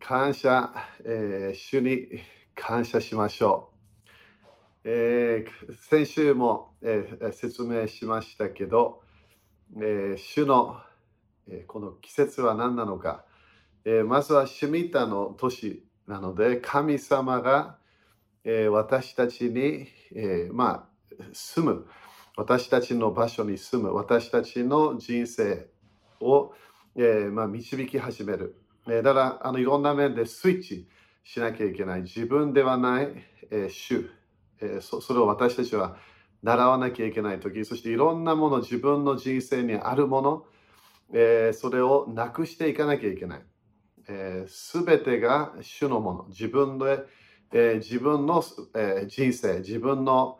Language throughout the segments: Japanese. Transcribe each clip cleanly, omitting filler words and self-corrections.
感謝、主に感謝しましょう。先週も、説明しましたけど、主の、この季節は何なのか、まずはシュミタの年なので、神様が、私たちに、住む、私たちの場所に住む、私たちの人生を、導き始める。だからいろんな面でスイッチしなきゃいけない。自分ではない、主、それを私たちは習わなきゃいけないとき、そしていろんなもの、自分の人生にあるもの、それをなくしていかなきゃいけない。すべてが主のもの。自分で、自分の、人生、自分の、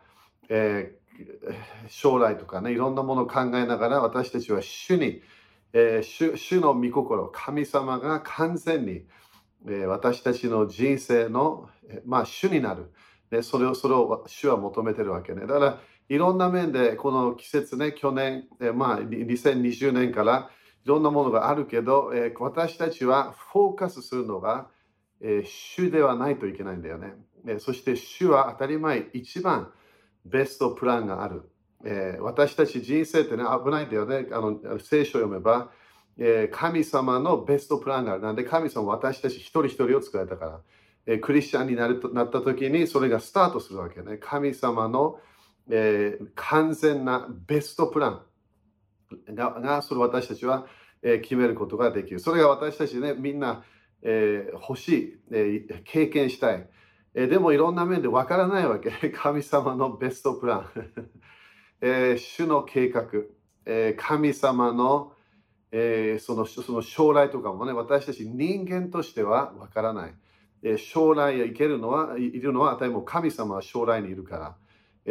将来とかね、いろんなものを考えながら私たちは主に、主の御心、神様が完全に、私たちの人生の、主になる。それを主は求めてるわけね。だからいろんな面でこの季節ね、去年、2020年からいろんなものがあるけど、私たちはフォーカスするのが、主ではないといけないんだよね。そして主は当たり前一番ベストプランがある。私たち人生ってね、危ないんだよね。聖書を読めば、神様のベストプランがある。なんで神様は私たち一人一人を作られたから。クリスチャンになった時にそれがスタートするわけね。神様の、完全なベストプランがそれを私たちは、決めることができる。それが私たちね、みんな、欲しい、経験したい。でもいろんな面でわからないわけ。神様のベストプラン。主の計画。神様の、その将来とかもね、私たち人間としてはわからない。将来へいるのは当たり前、神様は将来にいるから。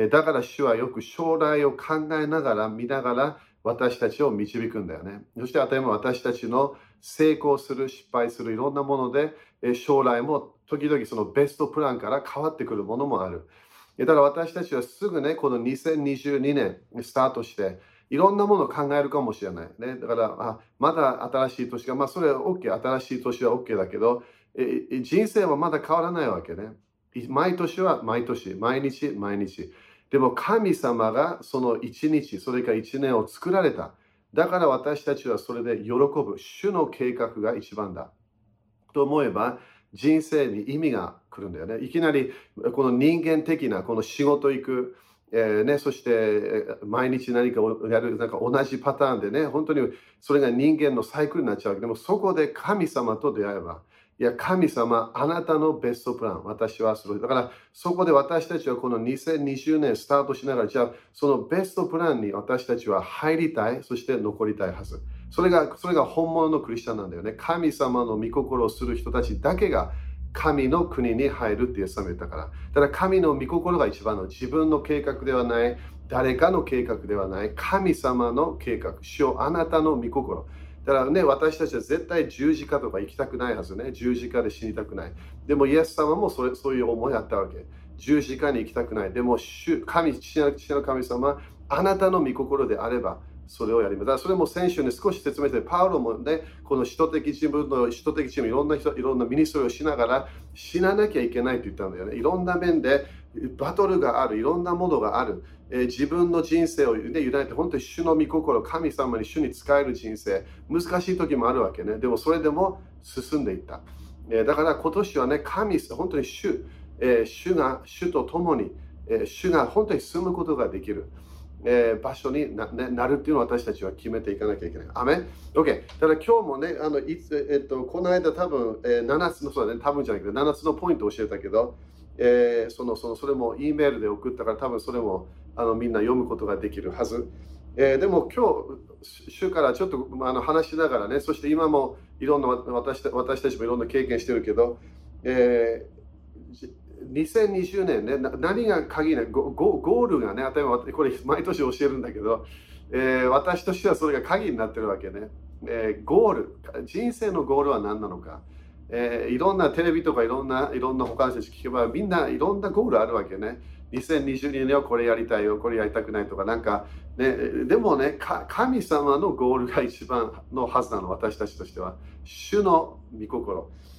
だから主はよく将来を考えながら、見ながら私たちを導くんだよね。そして当たり前、私たちの成功する、失敗するいろんなもので、将来も時々そのベストプランから変わってくるものもある。だから私たちはすぐね、この2022年スタートして、いろんなものを考えるかもしれない。ね、だからまだ新しい年が、それは OK、新しい年は OK だけど、人生はまだ変わらないわけね。毎年は毎年、毎日、毎日。でも神様がその一日、それから一年を作られた。だから私たちはそれで喜ぶ。主の計画が一番だ。と思えば、人生に意味が来るんだよね。いきなりこの人間的なこの仕事行く、そして毎日何かをやる、なんか同じパターンでね、本当にそれが人間のサイクルになっちゃう。でもそこで神様と出会えば、いや、神様、あなたのベストプラン、私はする。だからそこで私たちはこの2020年スタートしながら、じゃあそのベストプランに私たちは入りたい、そして残りたいはず。それが本物のクリスチャンなんだよね。神様の御心をする人たちだけが神の国に入るってイエス様言ったから。ただ神の御心が一番の自分の計画ではない、誰かの計画ではない、神様の計画、主よあなたの御心。だからね、私たちは絶対十字架とか行きたくないはずね。十字架で死にたくない。でもイエス様もそういう思いあったわけ。十字架に行きたくない。でも父の神様、あなたの御心であれば、それをやります。だからそれも先週に少し説明して、パウロもね、この使徒的チーム、いろんな人、いろんなミニストリーをしながら死ななきゃいけないと言ったんだよね。いろんな面でバトルがある、いろんなものがある。自分の人生を、ね、委ねて、本当に主の御心、神様に主に仕える人生、難しい時もあるわけね。でもそれでも進んでいった。だから今年はね、本当に主と共に、主が本当に住むことができる。場所に なるっていうのを私たちは決めていかなきゃいけない。アメン ?OK。ただ今日もね、この間多分、7つの、そうだね、多分じゃないけど、7つのポイントを教えたけど、それも E メールで送ったから多分それもみんな読むことができるはず。でも今日、週からちょっと話しながらね、そして今もいろんな私たちもいろんな経験してるけど、2020年ね、何が鍵なゴールがね、例えばこれ毎年教えるんだけど、私としてはそれが鍵になってるわけね。ゴール、人生のゴールは何なのか。いろんなテレビとかいろんな他の人たち聞けばみんないろんなゴールあるわけね。2022年はこれやりたいよ、これやりたくないとかなんか、ね、でもね、神様のゴールが一番のはずなの、私たちとしては。主の御心。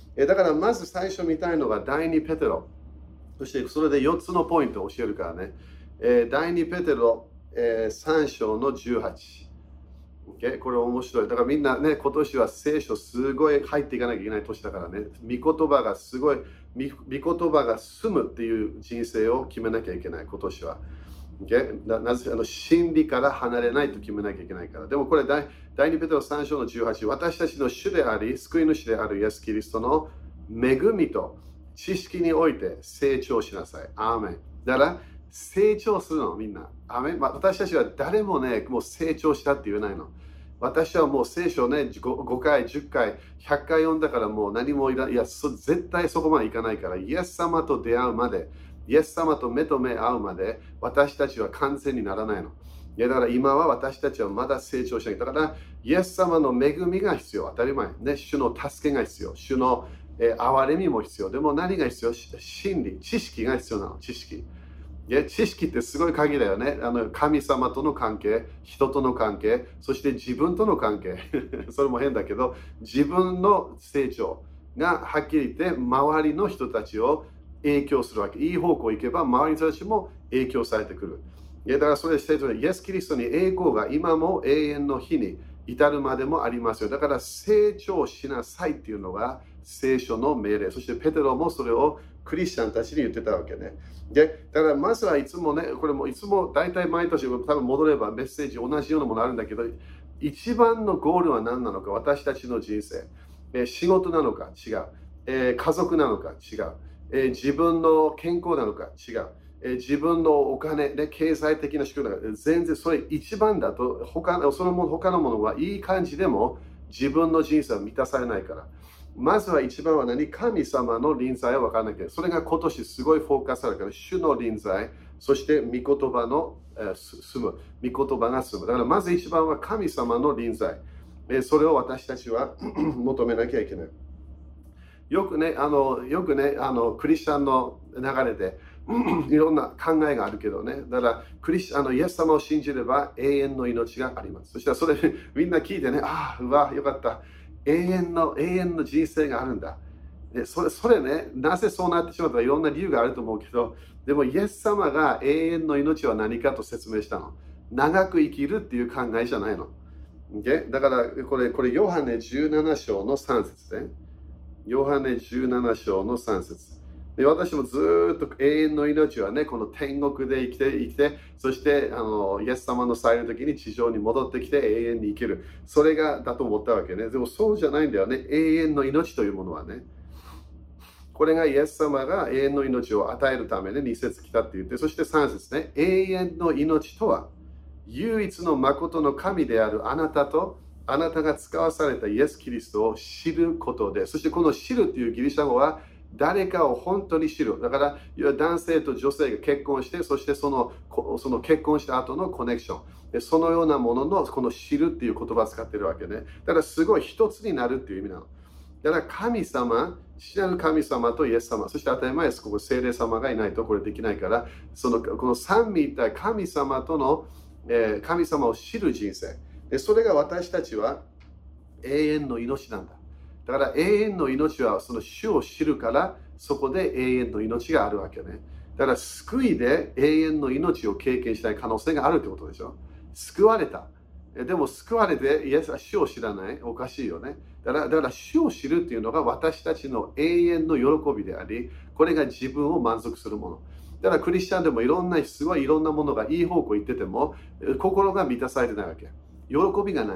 だからまず最初見たいのが第2ペテロ。そしてそれで4つのポイントを教えるからね。第2ペテロ、3章の18。これ面白い。だからみんなね、今年は聖書すごい入っていかなきゃいけない年だからね。御言葉がすごい、御言葉が住むっていう人生を決めなきゃいけない、今年は。なぜ真理から離れないと決めなきゃいけないから。でもこれ第2ペテロ3章の18、私たちの主であり、救い主であるイエス・キリストの恵みと知識において成長しなさい。アーメン。だから成長するの、みんな。アーメン。私たちは誰もね、もう成長したって言えないの。私はもう聖書をね、5回、10回、100回読んだからもう何もいらない。いや、絶対そこまでいかないから、イエス様と出会うまで、イエス様と目と目合うまで、私たちは完全にならないの。いや、だから今は私たちはまだ成長しない。だから、イエス様の恵みが必要。当たり前。ね、主の助けが必要。主の、憐れみも必要。でも何が必要？真理、知識が必要なの。知識。知識ってすごい鍵だよね。神様との関係、人との関係、そして自分との関係。それも変だけど、自分の成長がはっきり言って周りの人たちを影響するわけ。いい方向行けば周りの人たちも影響されてくる。だからそれでイエス・キリストに栄光が今も永遠の日に至るまでもありますよ。だから成長しなさいっていうのが聖書の命令。そしてペテロもそれをクリスチャンたちに言ってたわけね。だからまずはいつもね、これもいつも大体毎年多分戻ればメッセージ同じようなものあるんだけど、一番のゴールは何なのか、私たちの人生。仕事なのか違う。家族なのか違う。自分の健康なのか違う。自分のお金で経済的な仕組みが全然それ一番だと他のものはいい感じでも自分の人生は満たされないから。まずは一番は何？神様の臨在を分からなきゃ。それが今年すごいフォーカスされるから、主の臨在、そして御言葉の住む。御言葉が住む。だからまず一番は神様の臨在。それを私たちは求めなきゃいけない。よくね、クリスチャンの流れでいろんな考えがあるけどね。だからイエス様を信じれば永遠の命があります。そしたらそれみんな聞いてね、うわ、よかった。永遠の人生があるんだ。それね、なぜそうなってしまったかいろんな理由があると思うけど、でもイエス様が永遠の命は何かと説明したの。長く生きるっていう考えじゃないの。だからこれヨハネ17章の3節ね。ヨハネ17章の3節で、私もずっと永遠の命はね、この天国で生きて、そしてイエス様の再来の時に地上に戻ってきて永遠に生きる。それがだと思ったわけね。でもそうじゃないんだよね。永遠の命というものはね。これがイエス様が永遠の命を与えるために2節来たって言って、そして3節ね。永遠の命とは、唯一の誠の神であるあなたと、あなたが使わされたイエス・キリストを知ることで、そしてこの知るというギリシャ語は誰かを本当に知る。だから男性と女性が結婚して、そしてその結婚した後のコネクション。そのようなもののこの知るっていう言葉を使ってるわけね。だからすごい一つになるっていう意味なの。だから神様、知らぬ神様とイエス様、そして当たり前です。ここ聖霊様がいないとこれできないから、この三位一体神様との、神様を知る人生。それが私たちは永遠の命なんだ。だから永遠の命はその主を知るから、そこで永遠の命があるわけね。だから救いで永遠の命を経験したい可能性があるってことでしょ。救われた。でも救われてイエスは主を知らない。おかしいよね。だから主を知るっていうのが私たちの永遠の喜びであり、これが自分を満足するもの。だからクリスチャンでもすごいいろんなものがいい方向行ってても、心が満たされてないわけ。喜びがない。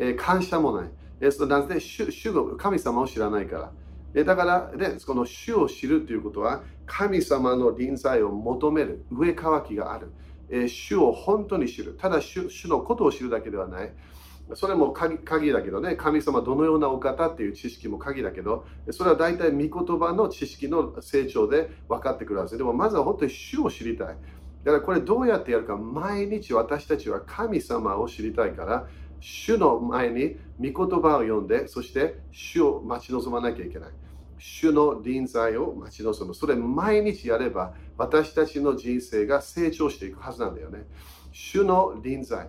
感謝もない。なぜ神様を知らないから。だから、この主を知るということは、神様の臨在を求める、上乾きがある。主を本当に知る。ただ主のことを知るだけではない。それも鍵だけどね、神様どのようなお方っていう知識も鍵だけど、それは大体御言葉の知識の成長で分かってくるはず。でもまずは本当に主を知りたい。だからこれどうやってやるか、毎日私たちは神様を知りたいから、主の前に御言葉を読んで、そして主を待ち望まなきゃいけない。主の臨在を待ち望む。それ毎日やれば、私たちの人生が成長していくはずなんだよね。主の臨在。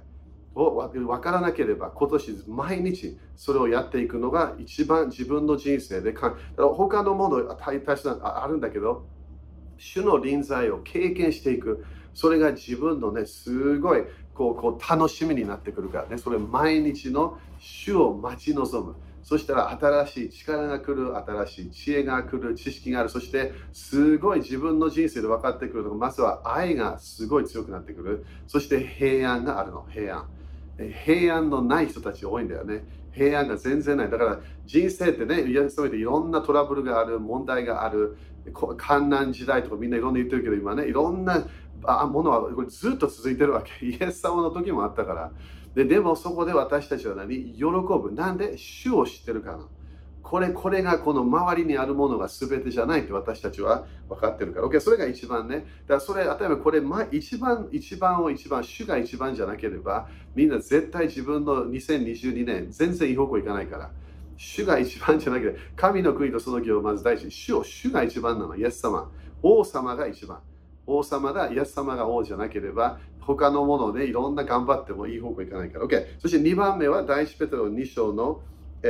を分からなければ、今年毎日それをやっていくのが一番自分の人生で他のもの大切なあるんだけど、主の臨在を経験していく。それが自分のね、すごいこう楽しみになってくるからね。それ毎日の主を待ち望む。そしたら新しい力が来る、新しい知恵が来る、知識がある。そしてすごい自分の人生で分かってくるのが、まずは愛がすごい強くなってくる。そして平安があるの、平安。平安のない人たち多いんだよね。平安が全然ない。だから人生ってね、いろんなトラブルがある、問題がある、観難時代とかみんないろんな言ってるけど、今ね、いろんなものはこれずっと続いてるわけ。イエス様の時もあったから。でもそこで私たちは喜ぶ。なんで主を知ってるから。これがこの周りにあるものが全てじゃないって私たちは分かってるから。OK、それが一番ね。だからそれ、例えばこれ、一番、主が一番じゃなければ、みんな絶対自分の2022年、全然いい方向行かないから。主が一番じゃなければ、神の国とその義をまず大事。主が一番なの。イエス様。王様が一番。王様が、イエス様が王じゃなければ、他のものでいろんな頑張ってもいい方向行かないから。OK。そして2番目は、第一ペテロ2章の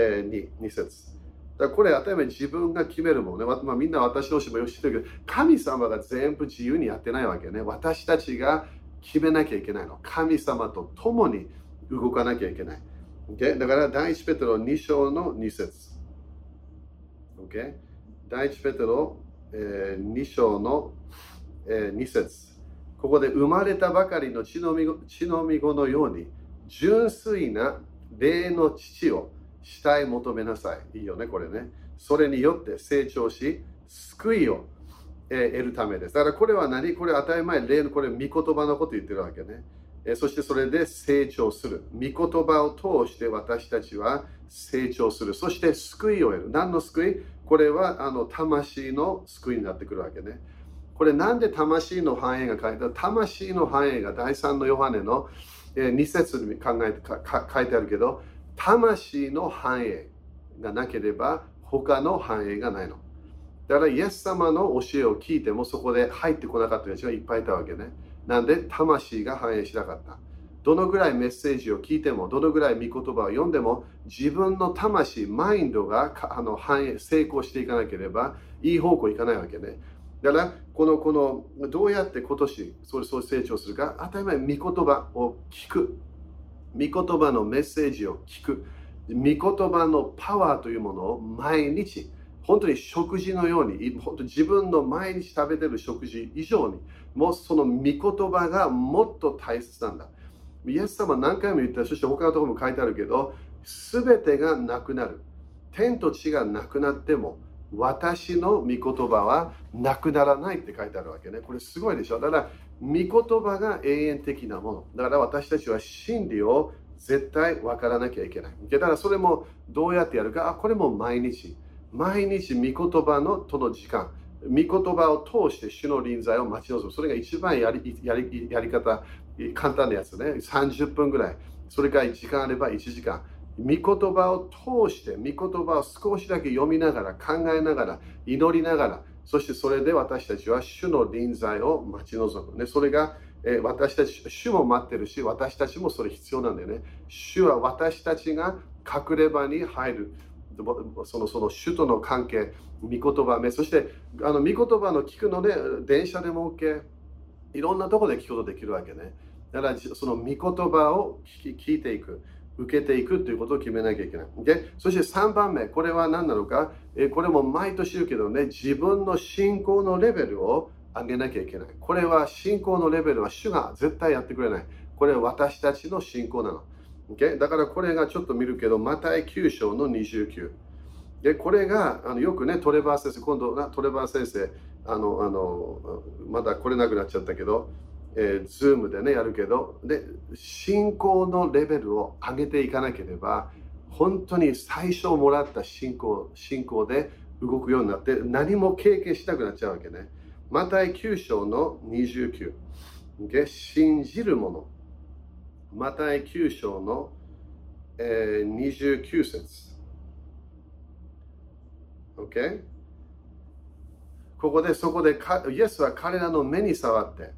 2節。だからこれ、例えば自分が決めるもんね。みんな私の知ってるけど、神様が全部自由にやってないわけね。私たちが決めなきゃいけないの。神様と共に動かなきゃいけない。Okay? だから、第一ペテロ2章の2節。Okay? 第一ペテロ、2章の、2節。ここで生まれたばかりの血のみ子のように、純粋な霊の父を慕い求めなさい。いいよね、これね。それによって成長し、救いを得るためです。だからこれは何？これ当たり前、霊のこれ、御言葉のこと言ってるわけね。そしてそれで成長する。御言葉を通して私たちは成長する。そして救いを得る。何の救い？これは魂の救いになってくるわけね。これなんで魂の繁栄が書いてある？魂の繁栄が第3のヨハネの2節に書いてあるけど、魂の繁栄がなければ他の繁栄がないの。だからイエス様の教えを聞いてもそこで入ってこなかった人がいっぱいいたわけね。なんで魂が繁栄しなかった。どのぐらいメッセージを聞いても、どのぐらい御言葉を読んでも、自分の魂、マインドが繁栄、成功していかなければ、いい方向いかないわけね。だから、どうやって今年、そう成長するか、当たり前、御言葉を聞く。御言葉のメッセージを聞く。御言葉のパワーというものを毎日、本当に食事のように、本当自分の毎日食べてる食事以上に、もうその御言葉がもっと大切なんだ。イエス様何回も言った、そして他のところも書いてあるけど、すべてがなくなる。天と地がなくなっても、私の御言葉はなくならないって書いてあるわけね。これすごいでしょ。だから、御言葉が永遠的なもの。だから私たちは真理を絶対分からなきゃいけない。だからそれもどうやってやるか、これも毎日。毎日御言葉のとの時間。御言葉を通して主の臨在を待ち望む。それが一番やり方、簡単なやつね。30分ぐらい。それから1時間あれば1時間。御言葉を通して、御言葉を少しだけ読みながら、考えながら、祈りながら、そしてそれで私たちは主の臨在を待ち望む。ね、それが、私たち、主も待ってるし、私たちもそれ必要なんだよね。主は私たちが隠れ場に入る。その主との関係、御言葉目、そして御言葉の聞くので、電車でも OK、いろんなところで聞くことできるわけね。だからその御言葉を聞いていく。受けていくということを決めなきゃいけない。Okay? そして3番目、これは何なのか、これも毎年言うけどね、自分の信仰のレベルを上げなきゃいけない。これは信仰のレベルは主が絶対やってくれない。これは私たちの信仰なの。Okay? だからこれがちょっと見るけど、マタイ9章の29。でこれがよくね、トレバー先生、今度トレバー先生、まだ来れなくなっちゃったけど、ズームでね、やるけど、で、信仰のレベルを上げていかなければ、本当に最初もらった信仰で動くようになって、何も経験しなくなっちゃうわけね。マタイ9章の29。信じるもの。マタイ9章の、29節。Okay? そこでイエスは彼らの目に触って、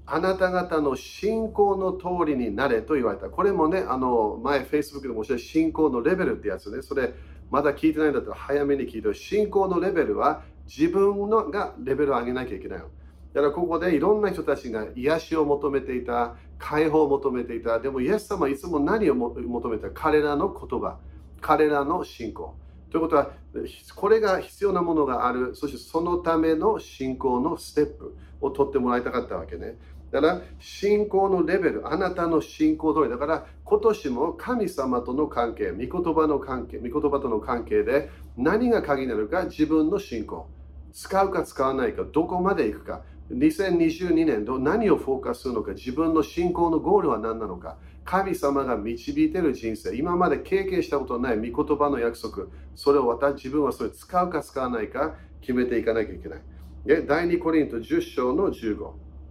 あなた方の信仰の通りになれと言われた。これもね、前、Facebook でも教えた信仰のレベルってやつね。それ、まだ聞いてないんだったら早めに聞いて。信仰のレベルは自分のがレベルを上げなきゃいけないの。だからここでいろんな人たちが癒しを求めていた、解放を求めていた。でも、イエス様はいつも何を求めた？彼らの言葉、彼らの信仰。ということは、これが必要なものがある。そしてそのための信仰のステップを取ってもらいたかったわけね。だから、信仰のレベル、あなたの信仰通り。だから、今年も神様との関係、御言葉の関係、御言葉との関係で何が鍵になるか、自分の信仰。使うか使わないか、どこまで行くか。2022年度何をフォーカスするのか、自分の信仰のゴールは何なのか、神様が導いている人生、今まで経験したことのない御言葉の約束、それを自分はそれ使うか使わないか決めていかなきゃいけない。第2コリント10章の15。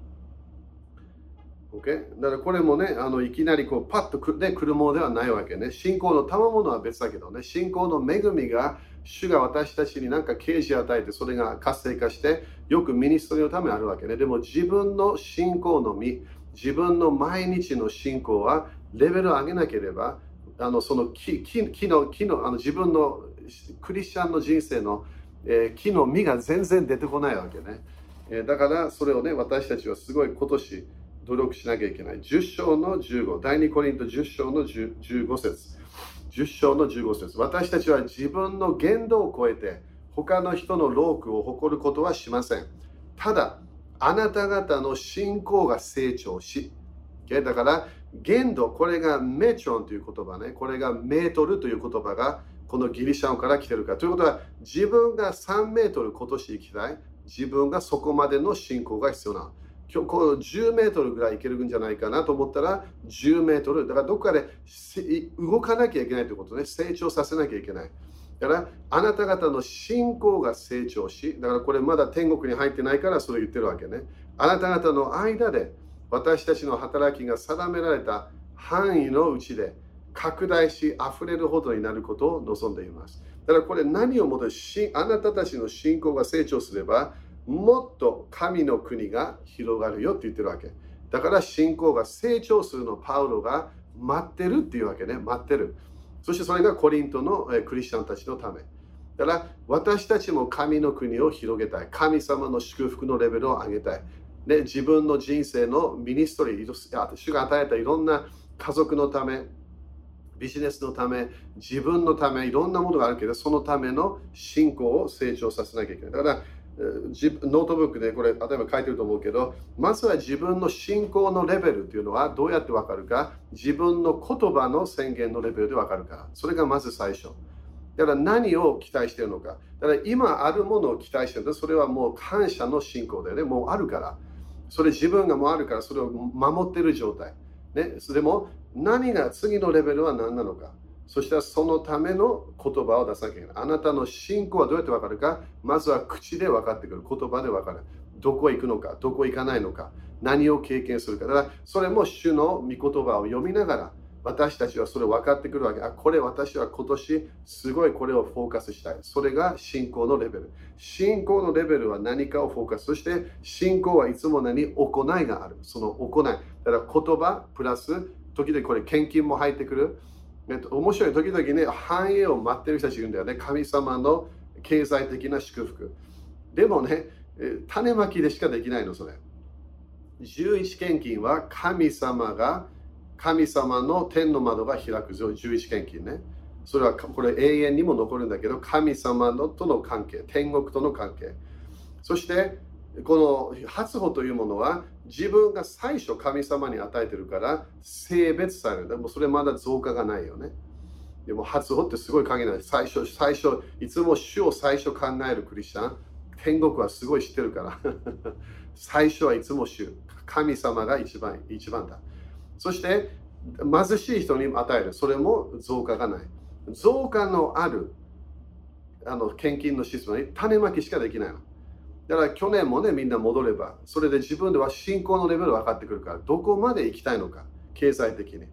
だからこれもね、いきなりこうパッと来るものではないわけね。信仰の賜物は別だけどね、信仰の恵みが、主が私たちに何か啓示を与えて、それが活性化して、よくミニストリーのためにあるわけね。でも自分の信仰の実、自分の毎日の信仰はレベルを上げなければ、その自分のクリスチャンの人生の、木の実が全然出てこないわけね。だからそれをね、私たちはすごい今年、努力しなきゃいけない。10章の15、第2コリント10章の15節。10章の15節。私たちは自分の限度を超えて、他の人の労苦を誇ることはしません。ただ、あなた方の信仰が成長し、だから、限度、これがメチョンという言葉ね、これがメートルという言葉が、このギリシャ語から来てるか。ということは、自分が3メートル今年行きたい。自分がそこまでの信仰が必要なの。今日こう10メートルぐらいいけるんじゃないかなと思ったら10メートル。だからどこかで動かなきゃいけないということね。成長させなきゃいけない。だからあなた方の信仰が成長し、だからこれまだ天国に入ってないからそれ言ってるわけね。あなた方の間で私たちの働きが定められた範囲のうちで拡大し溢れるほどになることを望んでいます。だからこれ何をもってあなたたちの信仰が成長すればもっと神の国が広がるよって言ってるわけ。だから信仰が成長するのをパウロが待ってるっていうわけね。待ってる。そしてそれがコリントのクリスチャンたちのため。だから私たちも神の国を広げたい。神様の祝福のレベルを上げたい。ね、自分の人生のミニストリー、主が与えたいろんな家族のため、ビジネスのため、自分のため、いろんなものがあるけど、そのための信仰を成長させなきゃいけない。だからノートブックでこれ例えば書いてると思うけど、まずは自分の信仰のレベルっていうのはどうやってわかるか、自分の言葉の宣言のレベルでわかるから、それがまず最初。だから何を期待しているのか。だから今あるものを期待していると、それはもう感謝の信仰だよね。もうあるから。それ自分がもうあるから、それを守っている状態。ね、でも何が次のレベルは何なのか。そしたらそのための言葉を出さなきゃいけない。あなたの信仰はどうやって分かるか。まずは口で分かってくる。言葉で分かる。どこ行くのか、どこ行かないのか。何を経験するか。だからそれも主の御言葉を読みながら、私たちはそれを分かってくるわけ。これ私は今年すごいこれをフォーカスしたい。それが信仰のレベル。信仰のレベルは何かをフォーカス。そして信仰はいつも何行いがある。その行い。だから言葉プラス、時々これ献金も入ってくる。面白い時々ね、繁栄を待ってる人たちいるんだよね。神様の経済的な祝福。でもね、種まきでしかできないの、それ。11献金は神様の天の窓が開くぞ、11献金ね。それはこれ永遠にも残るんだけど、神様との関係、天国との関係。そして、この初歩というものは自分が最初神様に与えてるから性別される。でもそれまだ増加がないよね。でも初歩ってすごい限らない。最初、いつも主を最初考えるクリスチャン。天国はすごい知ってるから。最初はいつも主。神様が一番だ。そして貧しい人に与える。それも増加がない。増加のある献金のシステムに種まきしかできないの。だから去年もね、みんな戻れば、それで自分では信仰のレベル分かってくるから、どこまで行きたいのか、経済的に。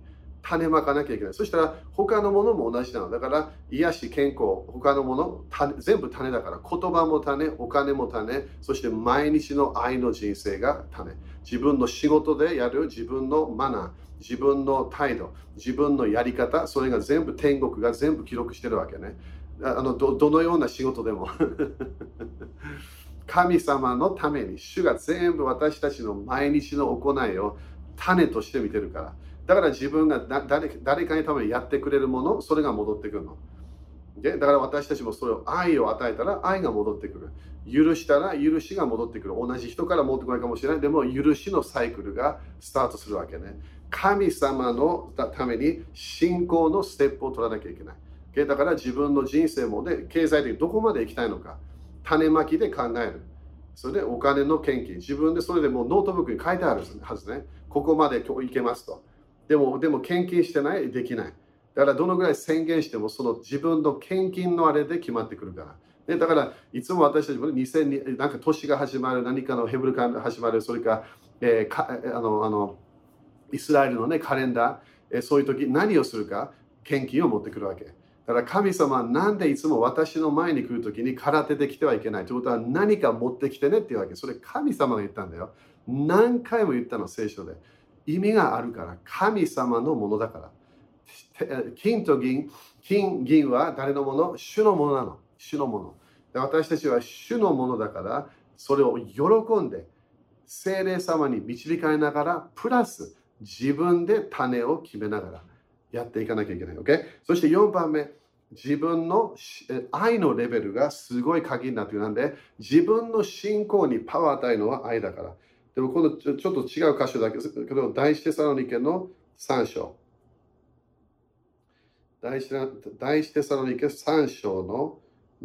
種まかなきゃいけない。そしたら他のものも同じなの。だから癒し、健康、他のもの、全部種だから、言葉も種、お金も種、そして毎日の愛の人生が種。自分の仕事でやる自分のマナー、自分の態度、自分のやり方、それが全部天国が全部記録してるわけね。どのような仕事でも。神様のために、主が全部私たちの毎日の行いを種として見てるから。だから自分が誰かにためにやってくれるもの、それが戻ってくるの。だから私たちもそれを愛を与えたら愛が戻ってくる。許したら許しが戻ってくる。同じ人から戻ってこないかもしれない。でも許しのサイクルがスタートするわけね。神様のために信仰のステップを取らなきゃいけない。だから自分の人生もね、経済的にどこまで行きたいのか。種まきで考える。それでお金の献金。自分でそれでもうノートブックに書いてあるはずね。ここまで今日行けますと。でも献金してない、できない。だからどのぐらい宣言してもその自分の献金のあれで決まってくるから。だからいつも私たちも2002なんか年が始まる、何かのヘブルが始まる、それか、イスラエルの、ね、カレンダー、そういう時何をするか、献金を持ってくるわけ。だから神様はなんでいつも私の前に来るときに空手で来てはいけないということは何か持ってきてねっていうわけ。それ神様が言ったんだよ。何回も言ったの、聖書で。意味があるから。神様のものだから。金と銀、銀は誰のもの？主のものなの。主のもの。私たちは主のものだから、それを喜んで、聖霊様に導かれながら、プラス自分で種を決めながらやっていかなきゃいけない。Okay？ そして4番目、自分の愛のレベルがすごい鍵になっているので、自分の信仰にパワーを与えるのは愛だから。でも今度ちょっと違う箇所だけど、第一テサロニケの3章。第一テサロニケ3章の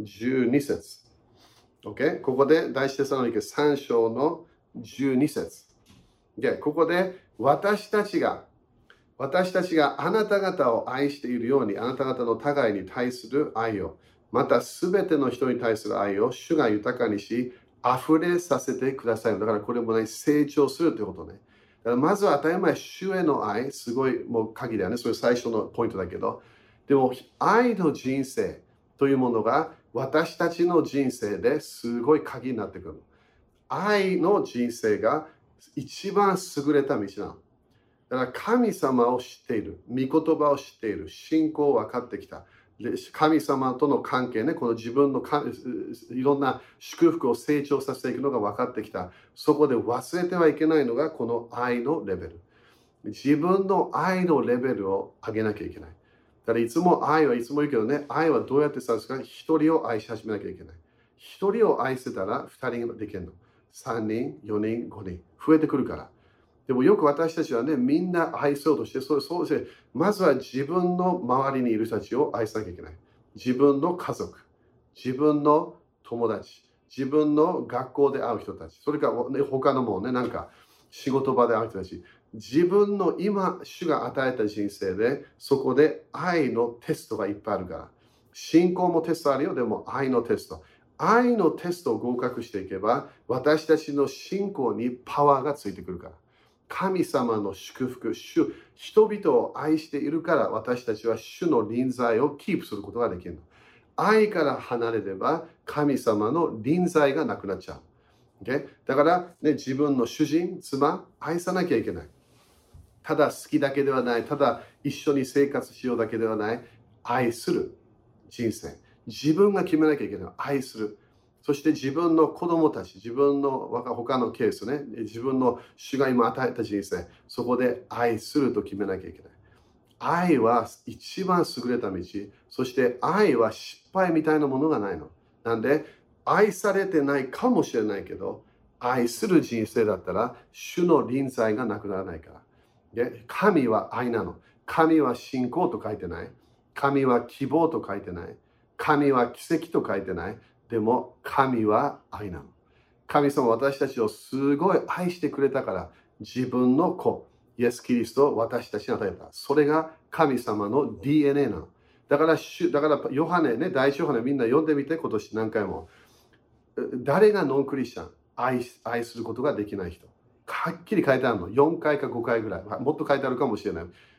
12節。Okay？ ここで第一テサロニケ3章の12節。ここで私たちがあなた方を愛しているように、あなた方の互いに対する愛を、またすべての人に対する愛を主が豊かにし、溢れさせてください。だからこれもね、成長するということね。だからまずは当たり前、主への愛、すごいもう鍵だよね。それ最初のポイントだけど。でも、愛の人生というものが私たちの人生ですごい鍵になってくる。愛の人生が一番優れた道なの。だから神様を知っている、御言葉を知っている、信仰を分かってきた。神様との関係ね、この自分のいろんな祝福を成長させていくのが分かってきた。そこで忘れてはいけないのがこの愛のレベル。自分の愛のレベルを上げなきゃいけない。だからいつも愛はいつも言うけどね、愛はどうやってさですか？一人を愛し始めなきゃいけない。一人を愛せたら二人ができるの。3人、4人、5人。増えてくるから。でもよく私たちはね、みんな愛そうとして、そうして、まずは自分の周りにいる人たちを愛さなきゃいけない。自分の家族、自分の友達、自分の学校で会う人たち、それから、ね、他のもね、なんか仕事場で会う人たち、自分の今、主が与えた人生で、そこで愛のテストがいっぱいあるから。信仰もテストあるよ、でも愛のテスト。愛のテストを合格していけば、私たちの信仰にパワーがついてくるから。神様の祝福、人々を愛しているから私たちは主の臨在をキープすることができるの。愛から離れれば神様の臨在がなくなっちゃう。だから、ね、自分の主人、妻、愛さなきゃいけない。ただ好きだけではない、ただ一緒に生活しようだけではない、愛する人生。自分が決めなきゃいけない。愛する。そして自分の子供たち、自分の他のケースね、自分の主が今与えた人生、そこで愛すると決めなきゃいけない。愛は一番優れた道、そして愛は失敗みたいなものがないの。なんで、愛されてないかもしれないけど、愛する人生だったら、主の臨在がなくならないから。で、神は愛なの。神は信仰と書いてない。神は希望と書いてない。神は奇跡と書いてない。でも神は愛なの。神様は私たちをすごい愛してくれたから自分の子、イエス・キリストを私たちに与えた。それが神様の DNA なの。だからヨハネね、第一ヨハネみんな読んでみて、今年何回も。誰がノンクリスチャン、愛することができない人。はっきり書いてあるの。4回か5回ぐらい。もっと書いてあるかもしれない。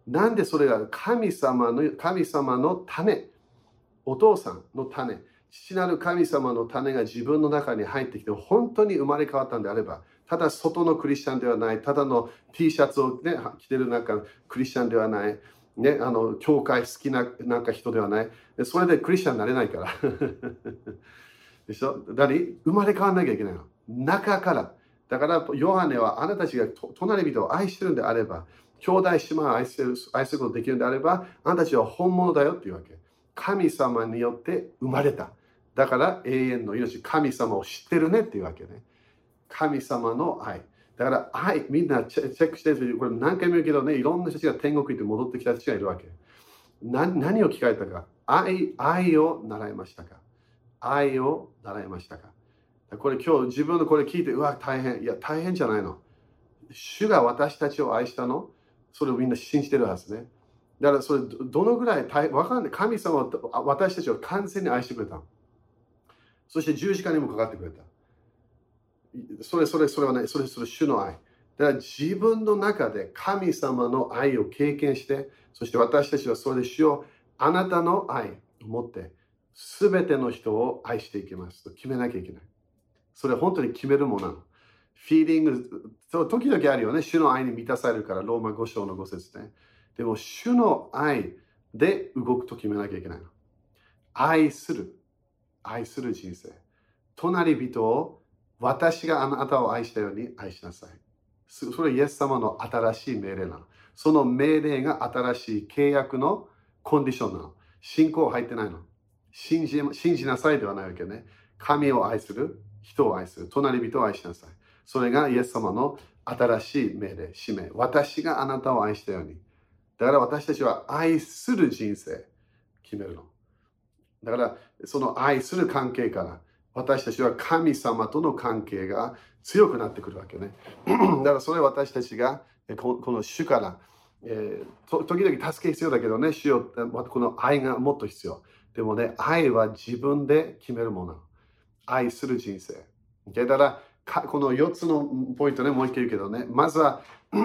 なんでそれが神様の種、お父さんの種、父なる神様の種が自分の中に入ってきて、本当に生まれ変わったんであれば、ただ外のクリスチャンではない、ただの T シャツを、ね、着てるクリスチャンではない、ね、教会好きな人ではない。それでクリスチャンになれないから。でしょ？生まれ変わらなきゃいけないの。中から。だから、ヨハネはあなたたちが隣人を愛してるんであれば、兄弟姉妹を愛することができるんであれば、あなたたちは本物だよっていうわけ。神様によって生まれた。だから永遠の命、神様を知ってるねっていうわけね。神様の愛。だから愛、みんなチェックしてる。これ何回も言うけどね、いろんな人たちが天国行って戻ってきた人がいるわけ。何を聞かれたか。愛を習いましたか？愛を習いましたか？これ今日自分のこれ聞いて、うわ、大変。いや、大変じゃないの。主が私たちを愛したの、それをみんな信じてるはずね。だからそれ、どのぐらいわかんない。神様は私たちを完全に愛してくれた。そして十字架にもかかってくれた。それはね、それ主の愛。だから自分の中で神様の愛を経験して、そして私たちはそれで主をあなたの愛を持って、すべての人を愛していきますと決めなきゃいけない。それは本当に決めるものなの。フィーリング、時々あるよね。主の愛に満たされるから、ローマ5章の5節ね。でも、主の愛で動くと決めなきゃいけないの。愛する人生。隣人を私があなたを愛したように愛しなさい。それはイエス様の新しい命令なの。その命令が新しい契約のコンディションなの。信仰入ってないの。信じなさいではないわけね。神を愛する、人を愛する、隣人を愛しなさい。それがイエス様の新しい命令、使命。私があなたを愛したように。だから私たちは愛する人生決めるの。だからその愛する関係から私たちは神様との関係が強くなってくるわけね。だからそれは私たちがこの主から、時々助け必要だけどね、主よ、この愛がもっと必要。でもね、愛は自分で決めるもの。愛する人生。だからこの4つのポイントね、もう一回言うけどね、まずは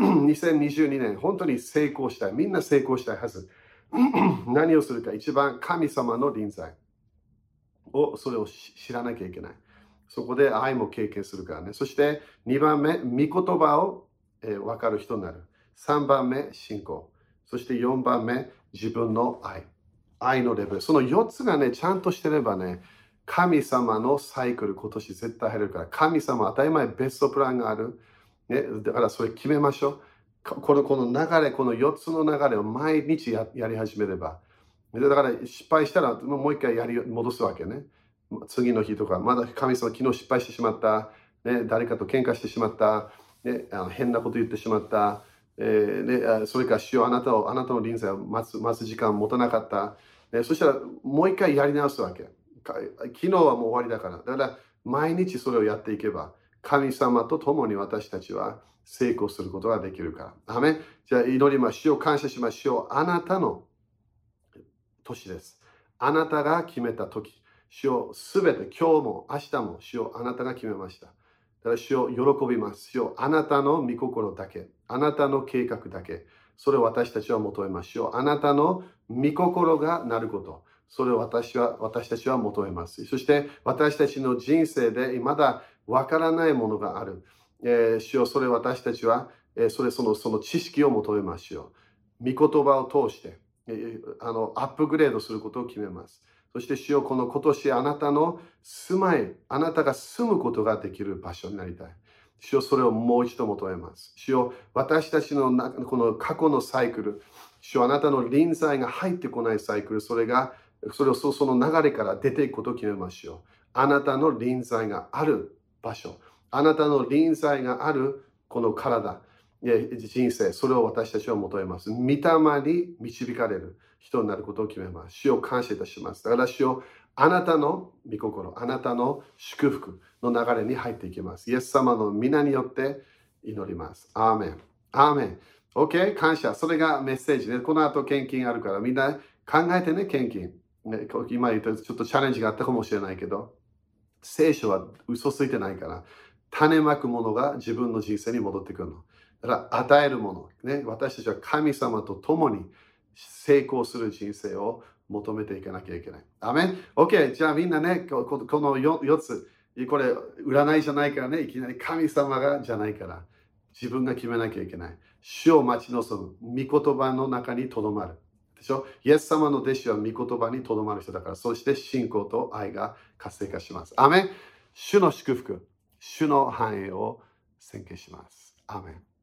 2022年、本当に成功したい。みんな成功したいはず。何をするか、一番神様の臨在を、それを知らなきゃいけない。そこで愛も経験するからね。そして2番目、御言葉を、分かる人になる。3番目、信仰。そして4番目、自分の愛のレベル。その4つがね、ちゃんとしてればね、神様のサイクル、今年絶対入れるから、神様当たり前ベストプランがある。ね、だからそれ決めましょう。この流れ、この4つの流れを毎日やり始めれば。だから失敗したらもう一回戻すわけね。次の日とか、まだ神様昨日失敗してしまった。ね、誰かと喧嘩してしまった。ね、変なこと言ってしまった。ね、それから主よあなたの臨在を待つ時間を持たなかった。ね、そしたらもう一回やり直すわけ。昨日はもう終わりだから。だから毎日それをやっていけば、神様と共に私たちは成功することができるから。アメン。じゃあ祈りましょう。感謝しましょう。あなたの年です。あなたが決めた時。主をすべて今日も明日も主をあなたが決めました。だから主を喜びます。主をあなたの御心だけ。あなたの計画だけ。それを私たちは求めましょう。あなたの御心がなること。それを私たちは求めます。そして私たちの人生でまだわからないものがある。主よ、それ私たちはその知識を求めましょう。御言葉を通してアップグレードすることを決めます。そして主よ、この今年あなたのあなたが住むことができる場所になりたい。主よ、それをもう一度求めます。主よ、私たちのこの過去のサイクル、主よ、あなたの臨在が入ってこないサイクル、それをその流れから出ていくことを決めましょう。あなたの臨在がある場所、あなたの臨在があるこの体、人生、それを私たちは求めます。御霊に導かれる人になることを決めます。主を感謝いたします。だから主をあなたの御心、あなたの祝福の流れに入っていきます。イエス様の皆によって祈ります。アーメン。アーメン。OK? 感謝。それがメッセージね。この後献金あるからみんな考えてね、献金。ね、今言ったちょっとチャレンジがあったかもしれないけど、聖書は嘘ついてないから、種まくものが自分の人生に戻ってくるの。 だから与えるもの、ね。私たちは神様と共に成功する人生を求めていかなきゃいけない。アメン ?OK。じゃあみんなね、この 4つ、これ占いじゃないからね、いきなり神様がじゃないから、自分が決めなきゃいけない。主を待ち望む。御言葉の中にとどまる。でしょ？イエス様の弟子は御言葉にとどまる人だから、そして信仰と愛が活性化します。アメン。主の祝福、主の繁栄を宣言します。アメン。